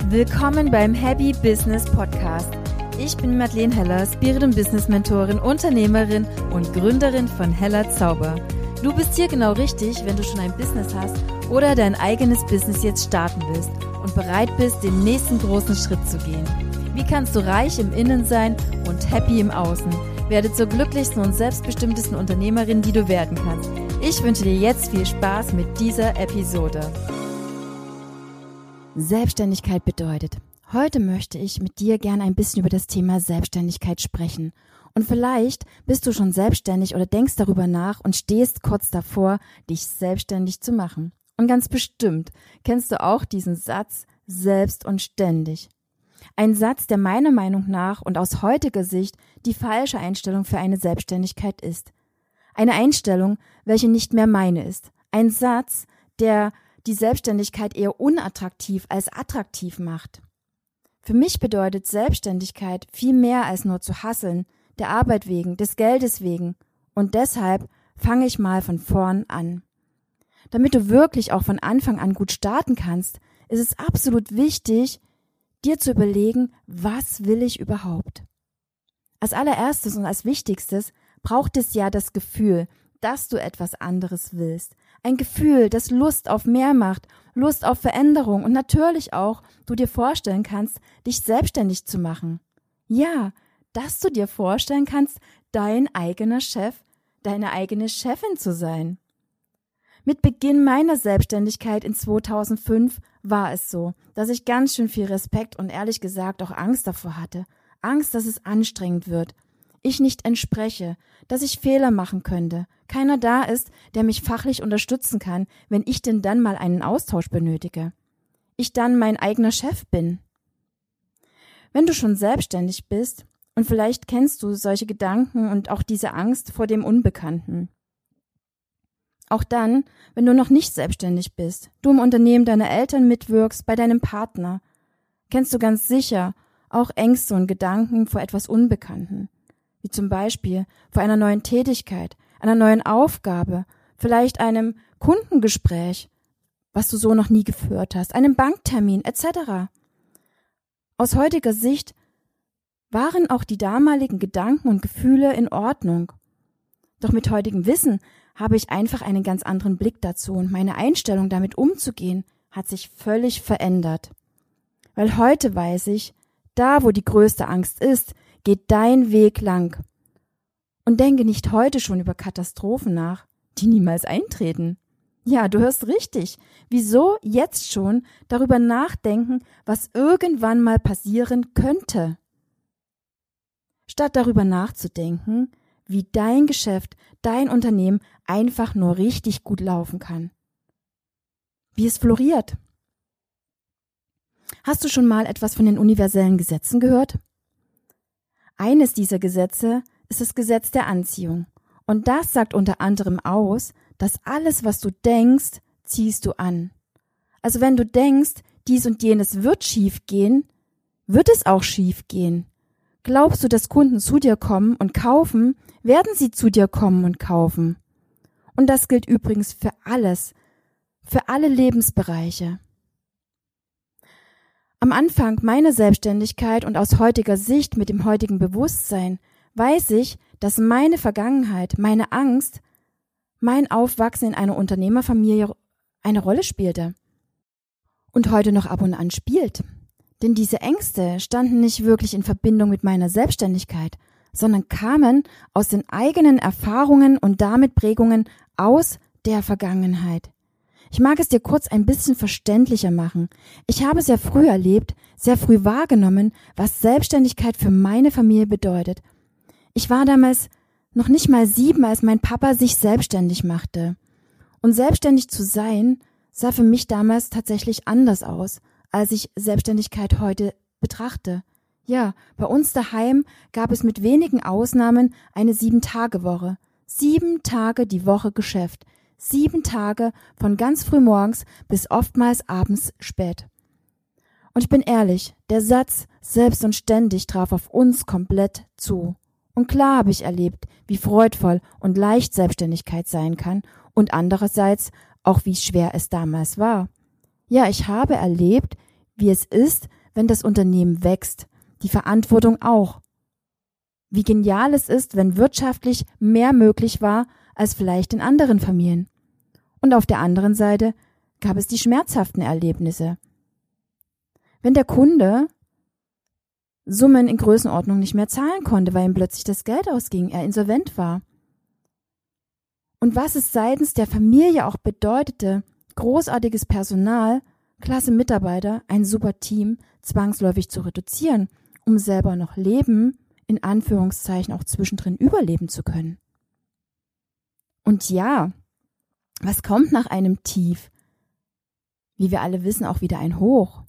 Willkommen beim Happy Business Podcast. Ich bin Madeleine Heller, Spirit- und Business-Mentorin, Unternehmerin und Gründerin von Heller Zauber. Du bist hier genau richtig, wenn du schon ein Business hast oder dein eigenes Business jetzt starten willst und bereit bist, den nächsten großen Schritt zu gehen. Wie kannst du reich im Innen sein und happy im Außen? Werde zur glücklichsten und selbstbestimmtesten Unternehmerin, die du werden kannst. Ich wünsche dir jetzt viel Spaß mit dieser Episode. Selbstständigkeit bedeutet. Heute möchte ich mit dir gerne ein bisschen über das Thema Selbstständigkeit sprechen. Und vielleicht bist du schon selbstständig oder denkst darüber nach und stehst kurz davor, dich selbstständig zu machen. Und ganz bestimmt kennst du auch diesen Satz selbst und ständig. Ein Satz, der meiner Meinung nach und aus heutiger Sicht die falsche Einstellung für eine Selbstständigkeit ist. Eine Einstellung, welche nicht mehr meine ist. Ein Satz, der die Selbstständigkeit eher unattraktiv als attraktiv macht. Für mich bedeutet Selbstständigkeit viel mehr als nur zu hasseln, der Arbeit wegen, des Geldes wegen. Und deshalb fange ich mal von vorn an. Damit du wirklich auch von Anfang an gut starten kannst, ist es absolut wichtig, dir zu überlegen, was will ich überhaupt? Als allererstes und als wichtigstes braucht es ja das Gefühl, dass du etwas anderes willst. Ein Gefühl, das Lust auf mehr macht, Lust auf Veränderung und natürlich auch du dir vorstellen kannst, dich selbstständig zu machen. Ja, dass du dir vorstellen kannst, dein eigener Chef, deine eigene Chefin zu sein. Mit Beginn meiner Selbstständigkeit in 2005 war es so, dass ich ganz schön viel Respekt und ehrlich gesagt auch Angst davor hatte. Angst, dass es anstrengend wird. Ich nicht entspreche, dass ich Fehler machen könnte, keiner da ist, der mich fachlich unterstützen kann, wenn ich denn dann mal einen Austausch benötige. Ich dann mein eigener Chef bin. Wenn du schon selbstständig bist, und vielleicht kennst du solche Gedanken und auch diese Angst vor dem Unbekannten. Auch dann, wenn du noch nicht selbstständig bist, du im Unternehmen deiner Eltern mitwirkst, bei deinem Partner, kennst du ganz sicher auch Ängste und Gedanken vor etwas Unbekannten. Wie zum Beispiel vor einer neuen Tätigkeit, einer neuen Aufgabe, vielleicht einem Kundengespräch, was du so noch nie geführt hast, einem Banktermin etc. Aus heutiger Sicht waren auch die damaligen Gedanken und Gefühle in Ordnung. Doch mit heutigem Wissen habe ich einfach einen ganz anderen Blick dazu und meine Einstellung, damit umzugehen, hat sich völlig verändert. Weil heute weiß ich, da wo die größte Angst ist, geht dein Weg lang. Und denke nicht heute schon über Katastrophen nach, die niemals eintreten. Ja, du hörst richtig. Wieso jetzt schon darüber nachdenken, was irgendwann mal passieren könnte? Statt darüber nachzudenken, wie dein Geschäft, dein Unternehmen einfach nur richtig gut laufen kann. Wie es floriert. Hast du schon mal etwas von den universellen Gesetzen gehört? Eines dieser Gesetze ist das Gesetz der Anziehung. Und das sagt unter anderem aus, dass alles, was du denkst, ziehst du an. Also wenn du denkst, dies und jenes wird schief gehen, wird es auch schief gehen. Glaubst du, dass Kunden zu dir kommen und kaufen, werden sie zu dir kommen und kaufen. Und das gilt übrigens für alles, für alle Lebensbereiche. Am Anfang meiner Selbstständigkeit und aus heutiger Sicht mit dem heutigen Bewusstsein weiß ich, dass meine Vergangenheit, meine Angst, mein Aufwachsen in einer Unternehmerfamilie eine Rolle spielte und heute noch ab und an spielt. Denn diese Ängste standen nicht wirklich in Verbindung mit meiner Selbstständigkeit, sondern kamen aus den eigenen Erfahrungen und damit Prägungen aus der Vergangenheit. Ich mag es dir kurz ein bisschen verständlicher machen. Ich habe sehr früh erlebt, sehr früh wahrgenommen, was Selbstständigkeit für meine Familie bedeutet. Ich war damals noch nicht mal 7, als mein Papa sich selbstständig machte. Und selbstständig zu sein, sah für mich damals tatsächlich anders aus, als ich Selbstständigkeit heute betrachte. Ja, bei uns daheim gab es mit wenigen Ausnahmen eine 7-Tage-Woche. 7 Tage die Woche Geschäft. 7 Tage von ganz früh morgens bis oftmals abends spät. Und ich bin ehrlich, der Satz selbst und ständig traf auf uns komplett zu. Und klar habe ich erlebt, wie freudvoll und leicht Selbstständigkeit sein kann und andererseits auch wie schwer es damals war. Ja, ich habe erlebt, wie es ist, wenn das Unternehmen wächst, die Verantwortung auch. Wie genial es ist, wenn wirtschaftlich mehr möglich war als vielleicht in anderen Familien. Und auf der anderen Seite gab es die schmerzhaften Erlebnisse. Wenn der Kunde Summen in Größenordnung nicht mehr zahlen konnte, weil ihm plötzlich das Geld ausging, er insolvent war. Und was es seitens der Familie auch bedeutete, großartiges Personal, klasse Mitarbeiter, ein super Team zwangsläufig zu reduzieren, um selber noch leben, in Anführungszeichen auch zwischendrin überleben zu können. Und ja, was kommt nach einem Tief? Wie wir alle wissen, auch wieder ein Hoch.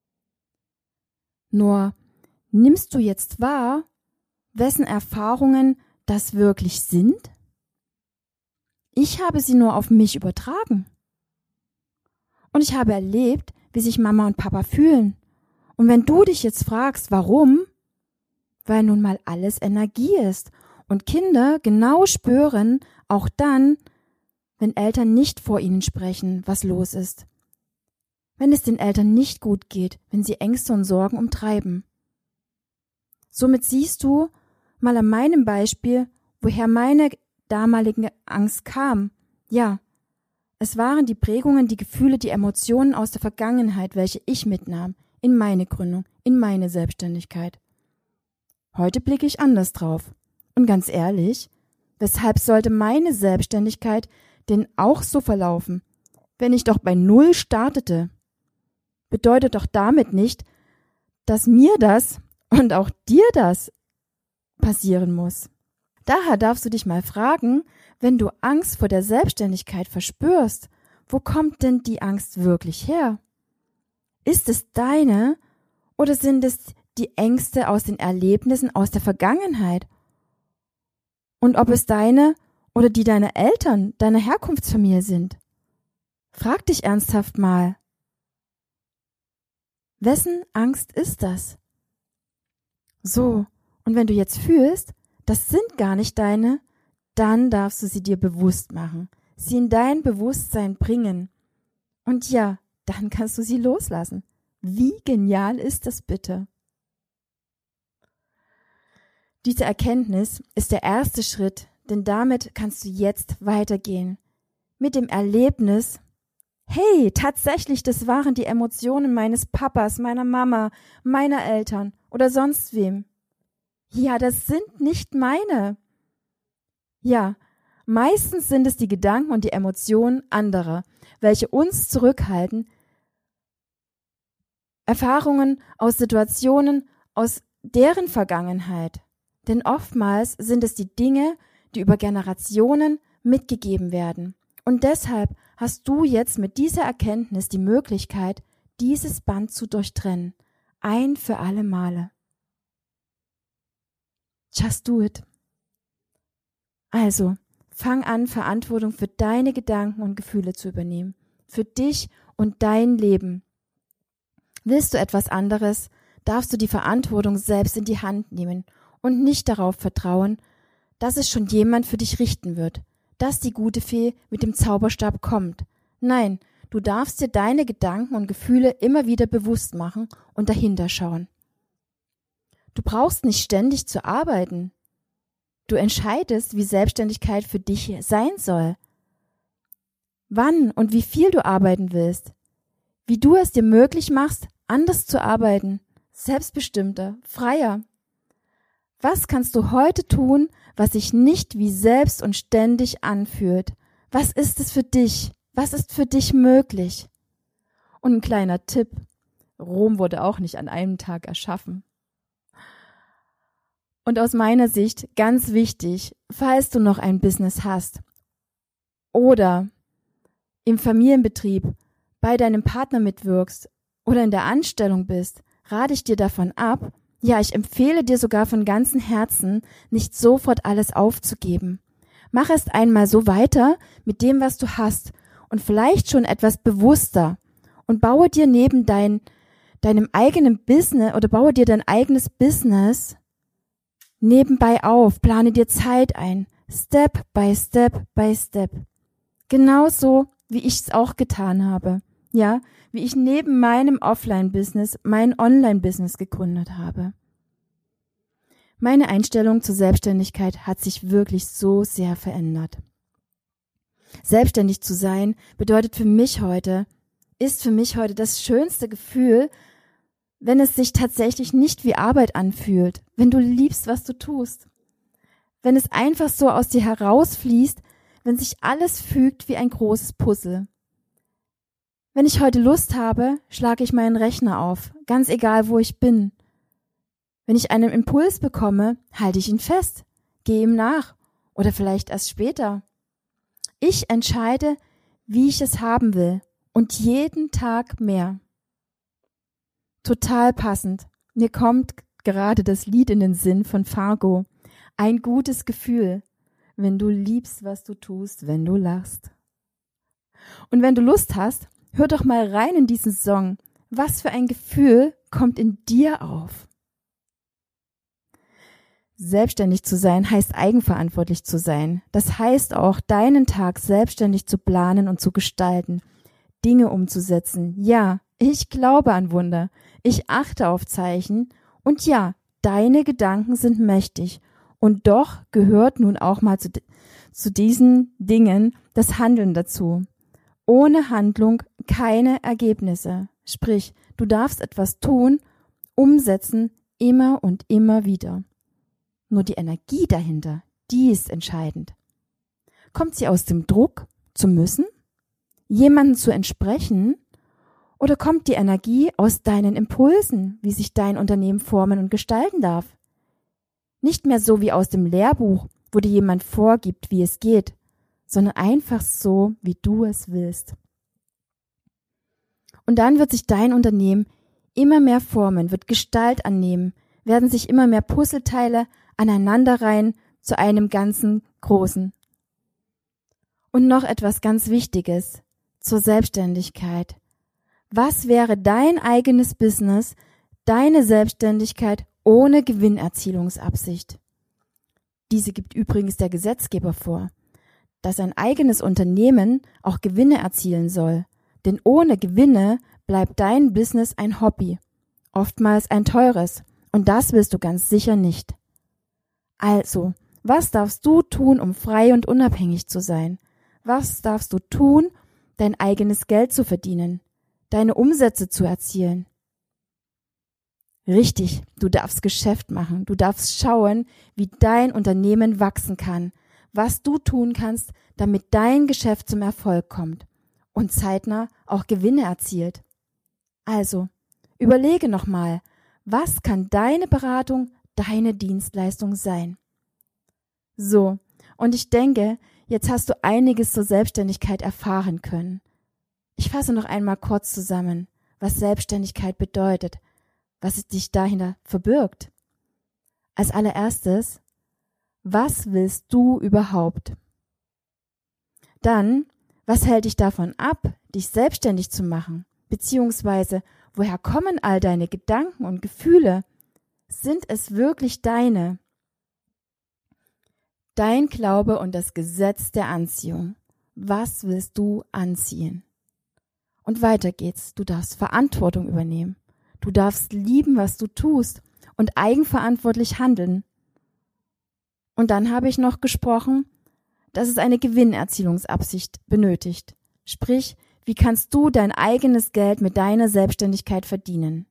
Nur nimmst du jetzt wahr, wessen Erfahrungen das wirklich sind? Ich habe sie nur auf mich übertragen. Und ich habe erlebt, wie sich Mama und Papa fühlen. Und wenn du dich jetzt fragst, warum? Weil nun mal alles Energie ist und Kinder genau spüren, auch dann, wenn Eltern nicht vor ihnen sprechen, was los ist. Wenn es den Eltern nicht gut geht, wenn sie Ängste und Sorgen umtreiben. Somit siehst du mal an meinem Beispiel, woher meine damalige Angst kam. Ja, es waren die Prägungen, die Gefühle, die Emotionen aus der Vergangenheit, welche ich mitnahm, in meine Gründung, in meine Selbstständigkeit. Heute blicke ich anders drauf. Und ganz ehrlich, weshalb sollte meine Selbstständigkeit denn auch so verlaufen, wenn ich doch bei Null startete? Bedeutet doch damit nicht, dass mir das und auch dir das passieren muss. Daher darfst du dich mal fragen, wenn du Angst vor der Selbstständigkeit verspürst, wo kommt denn die Angst wirklich her? Ist es deine oder sind es die Ängste aus den Erlebnissen aus der Vergangenheit? Und ob es deine oder die deiner Eltern, deiner Herkunftsfamilie sind? Frag dich ernsthaft mal. Wessen Angst ist das? So, und wenn du jetzt fühlst, das sind gar nicht deine, dann darfst du sie dir bewusst machen, sie in dein Bewusstsein bringen. Und ja, dann kannst du sie loslassen. Wie genial ist das bitte? Diese Erkenntnis ist der erste Schritt, denn damit kannst du jetzt weitergehen. Mit dem Erlebnis, hey, tatsächlich, das waren die Emotionen meines Papas, meiner Mama, meiner Eltern oder sonst wem. Ja, das sind nicht meine. Ja, meistens sind es die Gedanken und die Emotionen anderer, welche uns zurückhalten, Erfahrungen aus Situationen aus deren Vergangenheit. Denn oftmals sind es die Dinge, die über Generationen mitgegeben werden. Und deshalb hast du jetzt mit dieser Erkenntnis die Möglichkeit, dieses Band zu durchtrennen. Ein für alle Male. Just do it. Also, fang an, Verantwortung für deine Gedanken und Gefühle zu übernehmen. Für dich und dein Leben. Willst du etwas anderes, darfst du die Verantwortung selbst in die Hand nehmen und nicht darauf vertrauen, dass es schon jemand für dich richten wird, dass die gute Fee mit dem Zauberstab kommt. Nein, du darfst dir deine Gedanken und Gefühle immer wieder bewusst machen und dahinter schauen. Du brauchst nicht ständig zu arbeiten. Du entscheidest, wie Selbstständigkeit für dich sein soll. Wann und wie viel du arbeiten willst. Wie du es dir möglich machst, anders zu arbeiten. Selbstbestimmter, freier. Was kannst du heute tun, was sich nicht wie selbst und ständig anfühlt? Was ist es für dich? Was ist für dich möglich? Und ein kleiner Tipp. Rom wurde auch nicht an einem Tag erschaffen. Und aus meiner Sicht ganz wichtig, falls du noch ein Business hast oder im Familienbetrieb bei deinem Partner mitwirkst oder in der Anstellung bist, rate ich dir davon ab, ja, ich empfehle dir sogar von ganzem Herzen, nicht sofort alles aufzugeben. Mach erst einmal so weiter mit dem, was du hast und vielleicht schon etwas bewusster und baue dir neben deinem eigenen Business oder baue dir dein eigenes Business nebenbei auf, plane dir Zeit ein, Step by Step by Step. Genauso, wie ich es auch getan habe. Ja, wie ich neben meinem Offline-Business mein Online-Business gegründet habe. Meine Einstellung zur Selbstständigkeit hat sich wirklich so sehr verändert. Selbstständig zu sein ist für mich heute das schönste Gefühl, wenn es sich tatsächlich nicht wie Arbeit anfühlt, wenn du liebst, was du tust, wenn es einfach so aus dir herausfließt, wenn sich alles fügt wie ein großes Puzzle. Wenn ich heute Lust habe, schlage ich meinen Rechner auf, ganz egal, wo ich bin. Wenn ich einen Impuls bekomme, halte ich ihn fest, gehe ihm nach oder vielleicht erst später. Ich entscheide, wie ich es haben will und jeden Tag mehr. Total passend. Mir kommt gerade das Lied in den Sinn von Fargo. Ein gutes Gefühl, wenn du liebst, was du tust, wenn du lachst. Und wenn du Lust hast, hör doch mal rein in diesen Song. Was für ein Gefühl kommt in dir auf? Selbstständig zu sein heißt eigenverantwortlich zu sein. Das heißt auch, deinen Tag selbstständig zu planen und zu gestalten, Dinge umzusetzen. Ja, ich glaube an Wunder. Ich achte auf Zeichen. Und ja, deine Gedanken sind mächtig. Und doch gehört nun auch mal zu diesen Dingen das Handeln dazu. Ohne Handlung keine Ergebnisse. Sprich, du darfst etwas tun, umsetzen, immer und immer wieder. Nur die Energie dahinter, die ist entscheidend. Kommt sie aus dem Druck, zu müssen, jemandem zu entsprechen, oder kommt die Energie aus deinen Impulsen, wie sich dein Unternehmen formen und gestalten darf? Nicht mehr so wie aus dem Lehrbuch, wo dir jemand vorgibt, wie es geht, sondern einfach so, wie du es willst. Und dann wird sich dein Unternehmen immer mehr formen, wird Gestalt annehmen, werden sich immer mehr Puzzleteile aneinanderreihen zu einem ganzen Großen. Und noch etwas ganz Wichtiges zur Selbstständigkeit. Was wäre dein eigenes Business, deine Selbstständigkeit ohne Gewinnerzielungsabsicht? Diese gibt übrigens der Gesetzgeber vor, dass ein eigenes Unternehmen auch Gewinne erzielen soll. Denn ohne Gewinne bleibt dein Business ein Hobby, oftmals ein teures. Und das willst du ganz sicher nicht. Also, was darfst du tun, um frei und unabhängig zu sein? Was darfst du tun, dein eigenes Geld zu verdienen, deine Umsätze zu erzielen? Richtig, du darfst Geschäft machen, du darfst schauen, wie dein Unternehmen wachsen kann, was du tun kannst, damit dein Geschäft zum Erfolg kommt und zeitnah auch Gewinne erzielt. Also, überlege nochmal, was kann deine Beratung, deine Dienstleistung sein? So, und ich denke, jetzt hast du einiges zur Selbstständigkeit erfahren können. Ich fasse noch einmal kurz zusammen, was Selbstständigkeit bedeutet, was es dich dahinter verbirgt. Als allererstes, was willst du überhaupt? Dann, was hält dich davon ab, dich selbstständig zu machen? Beziehungsweise, woher kommen all deine Gedanken und Gefühle? Sind es wirklich deine? Dein Glaube und das Gesetz der Anziehung. Was willst du anziehen? Und weiter geht's. Du darfst Verantwortung übernehmen. Du darfst lieben, was du tust und eigenverantwortlich handeln. Und dann habe ich noch gesprochen, dass es eine Gewinnerzielungsabsicht benötigt. Sprich, wie kannst du dein eigenes Geld mit deiner Selbstständigkeit verdienen?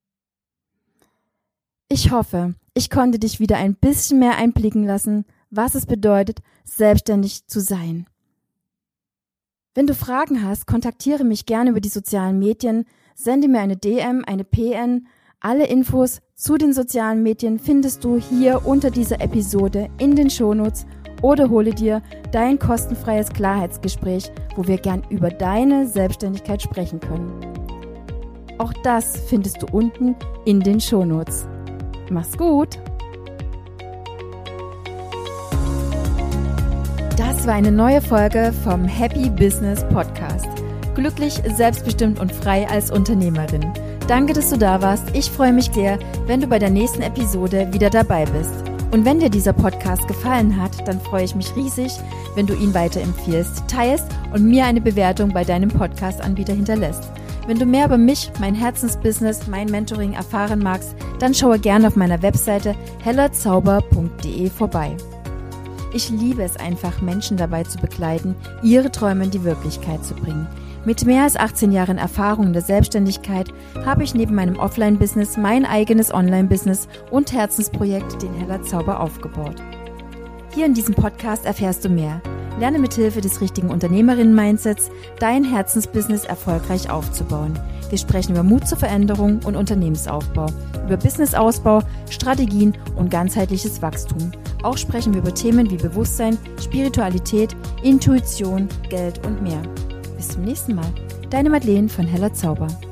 Ich hoffe, ich konnte dich wieder ein bisschen mehr einblicken lassen, was es bedeutet, selbstständig zu sein. Wenn du Fragen hast, kontaktiere mich gerne über die sozialen Medien, sende mir eine DM, eine PN. Alle Infos zu den sozialen Medien findest du hier unter dieser Episode in den Shownotes oder hole dir dein kostenfreies Klarheitsgespräch, wo wir gern über deine Selbstständigkeit sprechen können. Auch das findest du unten in den Shownotes. Mach's gut! Das war eine neue Folge vom Happy Business Podcast. Glücklich, selbstbestimmt und frei als Unternehmerin. Danke, dass du da warst. Ich freue mich sehr, wenn du bei der nächsten Episode wieder dabei bist. Und wenn dir dieser Podcast gefallen hat, dann freue ich mich riesig, wenn du ihn weiterempfiehlst, teilst und mir eine Bewertung bei deinem Podcast-Anbieter hinterlässt. Wenn du mehr über mich, mein Herzensbusiness, mein Mentoring erfahren magst, dann schaue gerne auf meiner Webseite hellerzauber.de vorbei. Ich liebe es einfach, Menschen dabei zu begleiten, ihre Träume in die Wirklichkeit zu bringen. Mit mehr als 18 Jahren Erfahrung in der Selbstständigkeit habe ich neben meinem Offline-Business mein eigenes Online-Business und Herzensprojekt, den Heller Zauber, aufgebaut. Hier in diesem Podcast erfährst du mehr. Lerne mithilfe des richtigen Unternehmerinnen-Mindsets, dein Herzensbusiness erfolgreich aufzubauen. Wir sprechen über Mut zur Veränderung und Unternehmensaufbau, über Businessausbau, Strategien und ganzheitliches Wachstum. Auch sprechen wir über Themen wie Bewusstsein, Spiritualität, Intuition, Geld und mehr. Bis zum nächsten Mal. Deine Madeleine von Heller Zauber.